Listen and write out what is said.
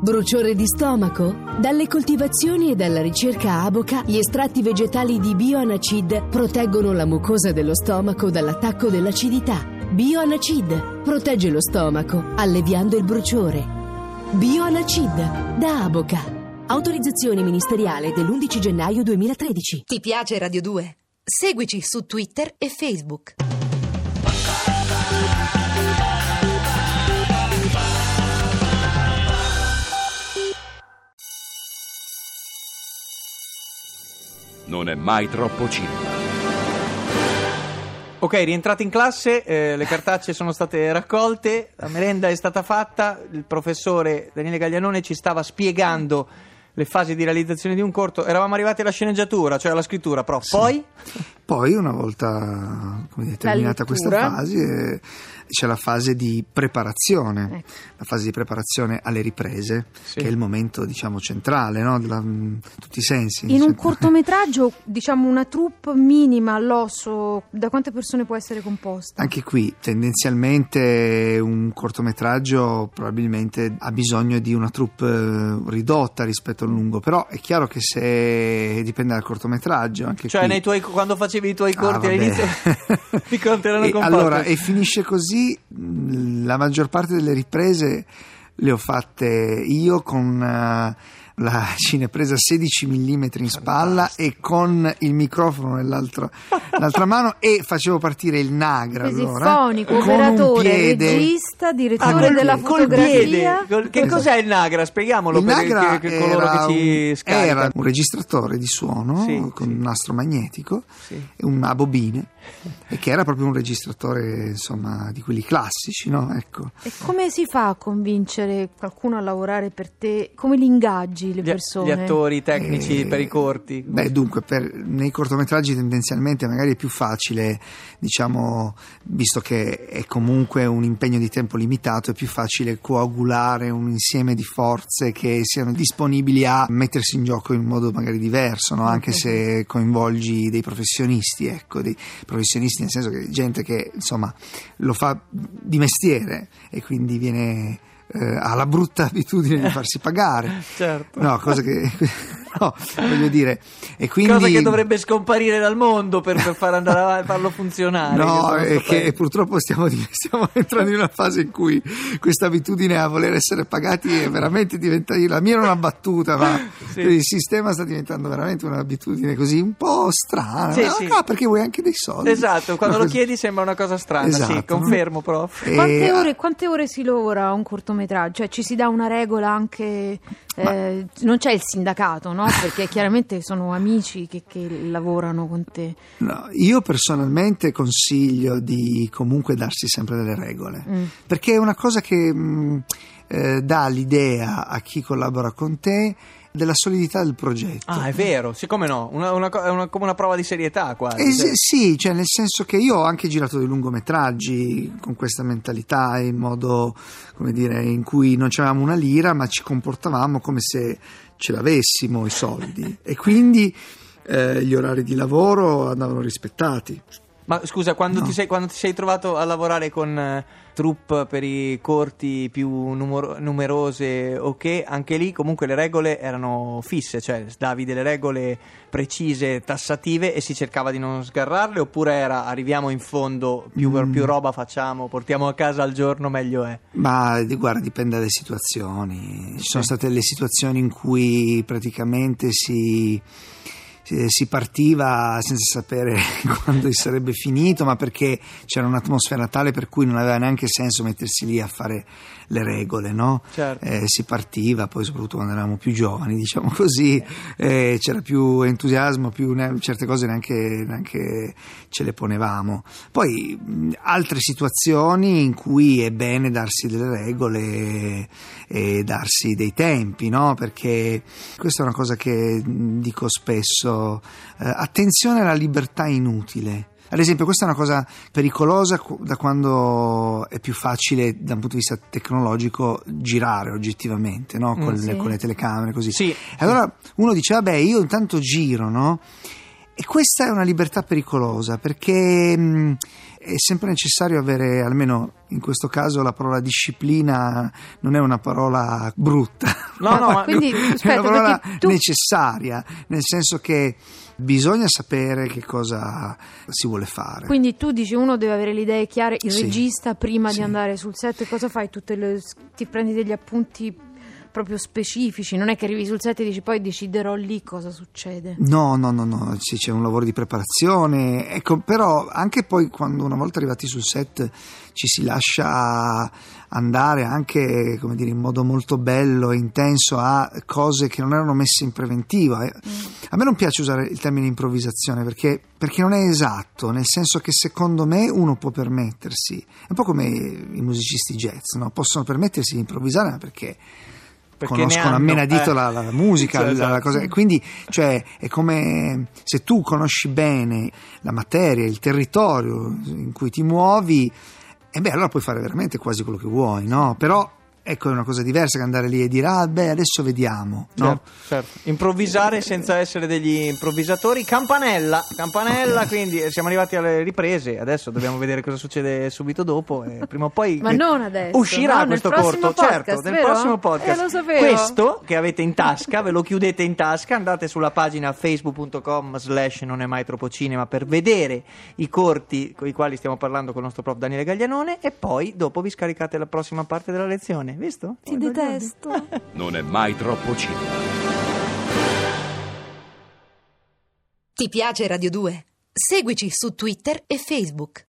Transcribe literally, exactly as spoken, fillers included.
Bruciore di stomaco? Dalle coltivazioni e dalla ricerca Aboca, gli estratti vegetali di Bioanacid proteggono la mucosa dello stomaco dall'attacco dell'acidità. Bioanacid protegge lo stomaco, alleviando il bruciore. Bioanacid da Aboca. Autorizzazione ministeriale dell'undici gennaio duemilatredici. Ti piace Radio due? Seguici su Twitter e Facebook. Non è mai troppo cinema. Ok, rientrati in classe, eh, le cartacce sono state raccolte, la merenda è stata fatta, il professore Daniele Gaglianone ci stava spiegando le fasi di realizzazione di un corto. Eravamo arrivati alla sceneggiatura, cioè alla scrittura, prof. Sì. Poi? Poi, una volta come dire, terminata questa fase, eh, c'è la fase di preparazione, ecco. La fase di preparazione alle riprese, sì. Che è il momento, diciamo, centrale, no? Della, in tutti i sensi. In un cortometraggio, diciamo, una troupe minima all'osso, da quante persone può essere composta? Anche qui, tendenzialmente, un cortometraggio probabilmente ha bisogno di una troupe ridotta rispetto al lungo, però è chiaro che se dipende dal cortometraggio, anche cioè qui, nei tuoi, quando facevi i tuoi corti ah, all'inizio di quanto erano e composti? Allora, e finisce così. La maggior parte delle riprese le ho fatte io con uh, la cinepresa sedici millimetri in spalla e con il microfono nell'altra l'altra mano, e facevo partire il Nagra, allora, fonico, operatore, regista, direttore ah, col, della col fotografia. Col, che esatto. Cos'è il Nagra? Spieghiamolo il per Nagra che, che coloro che ci scaricano. Era un registratore di suono, sì, con sì. un nastro magnetico, sì. e una bobine, e che era proprio un registratore, insomma, di quelli classici, no? Ecco. E come si fa a convincere qualcuno a lavorare per te? Come li ingaggi le persone? Gli attori tecnici eh, per i corti? Beh, dunque, per, nei cortometraggi tendenzialmente magari è più facile, diciamo, visto che è comunque un impegno di tempo limitato, è più facile coagulare un insieme di forze che siano disponibili a mettersi in gioco in modo magari diverso, no? Anche okay. se coinvolgi dei professionisti, ecco, dei professionisti nel senso che gente che, insomma, lo fa di mestiere e quindi viene eh, ha la brutta abitudine di farsi pagare, certo. No, cosa che no, voglio dire, e quindi cosa che dovrebbe scomparire dal mondo per, per far andare avanti, farlo funzionare. No, è che purtroppo stiamo, stiamo entrando in una fase in cui questa abitudine a voler essere pagati è veramente diventata, la mia era una battuta, ma sì. Il sistema sta diventando veramente un'abitudine così un po' strana, sì, sì. No, perché vuoi anche dei soldi. Esatto, quando lo chiedi sembra una cosa strana, esatto. Sì, confermo, prof. E... Quante ore, quante ore si lavora un cortometraggio? Cioè ci si dà una regola anche, ma... eh, non c'è il sindacato, no? Perché chiaramente sono amici che, che lavorano con te. No, io personalmente consiglio di comunque darsi sempre delle regole, mm. perché è una cosa che mh, eh, dà l'idea a chi collabora con te della solidità del progetto. Ah, è vero, sì, come no, una, una, una, come una prova di serietà quasi. Eh, cioè. Sì, cioè nel senso che io ho anche girato dei lungometraggi con questa mentalità, in modo, come dire, in cui non c'avevamo una lira ma ci comportavamo come se ce l'avessimo i soldi e quindi eh, gli orari di lavoro andavano rispettati. Ma scusa, quando, no. ti sei, quando ti sei trovato a lavorare con eh, troupe per i corti più numero, numerose, ok, anche lì comunque le regole erano fisse, cioè davi delle regole precise, tassative e si cercava di non sgarrarle, oppure era arriviamo in fondo, più, mm. più roba facciamo, portiamo a casa al giorno, meglio è? Ma guarda, dipende dalle situazioni. Ci sì. sono state le situazioni in cui praticamente si... si partiva senza sapere quando sarebbe finito, ma perché c'era un'atmosfera tale per cui non aveva neanche senso mettersi lì a fare le regole, no? Certo. Eh, si partiva, poi soprattutto quando eravamo più giovani, diciamo così, eh, c'era più entusiasmo, più ne- certe cose neanche, neanche ce le ponevamo. Poi mh, altre situazioni in cui è bene darsi delle regole e, e darsi dei tempi, no? Perché questa è una cosa che mh, dico spesso. Eh, attenzione alla libertà inutile. Ad esempio, questa è una cosa pericolosa da quando è più facile da un punto di vista tecnologico girare oggettivamente, no? Con, mm, le, sì. con le telecamere così. Sì. Allora uno dice vabbè, io intanto giro, no? E questa è una libertà pericolosa perché mh, è sempre necessario avere, almeno in questo caso la parola disciplina non è una parola brutta, No, no, ma Quindi, è aspetta, una parola perché tu- necessaria, nel senso che bisogna sapere che cosa si vuole fare. Quindi tu dici uno deve avere le idee chiare, il Sì. regista prima Sì. di andare sul set, cosa fai? Tutte le, ti prendi degli appunti proprio specifici, non è che arrivi sul set e dici poi deciderò lì cosa succede. No, no, no, no, sì, c'è un lavoro di preparazione, ecco, però anche poi quando una volta arrivati sul set ci si lascia andare anche, come dire, in modo molto bello e intenso a cose che non erano messe in preventiva. Mm. A me non piace usare il termine improvvisazione perché, perché non è esatto, nel senso che secondo me uno può permettersi, è un po' come i musicisti jazz, no? Possono permettersi di improvvisare ma perché Perché conoscono ne a hanno, menadito eh. la, la musica, Cioè, la, la esatto. cosa, quindi cioè, è come se tu conosci bene la materia, il territorio in cui ti muovi, e beh, allora puoi fare veramente quasi quello che vuoi, no? Però ecco, è una cosa diversa che andare lì e dire ah beh adesso vediamo, no? Certo, certo. Improvvisare senza essere degli improvvisatori. Campanella, campanella, okay. Quindi siamo arrivati alle riprese, adesso dobbiamo vedere cosa succede subito dopo e prima o poi Ma non adesso, uscirà no, questo nel prossimo corto, podcast, certo, nel vero? prossimo podcast. Eh, lo sapevo. Questo che avete in tasca, ve lo chiudete in tasca, andate sulla pagina facebook punto com slash non è mai troppo cinema per vedere i corti con i quali stiamo parlando con il nostro prof Daniele Gaglianone e poi dopo vi scaricate la prossima parte della lezione. Visto? Ti detesto. Non è mai troppo cinema. Ti piace Radio due? Seguici su Twitter e Facebook.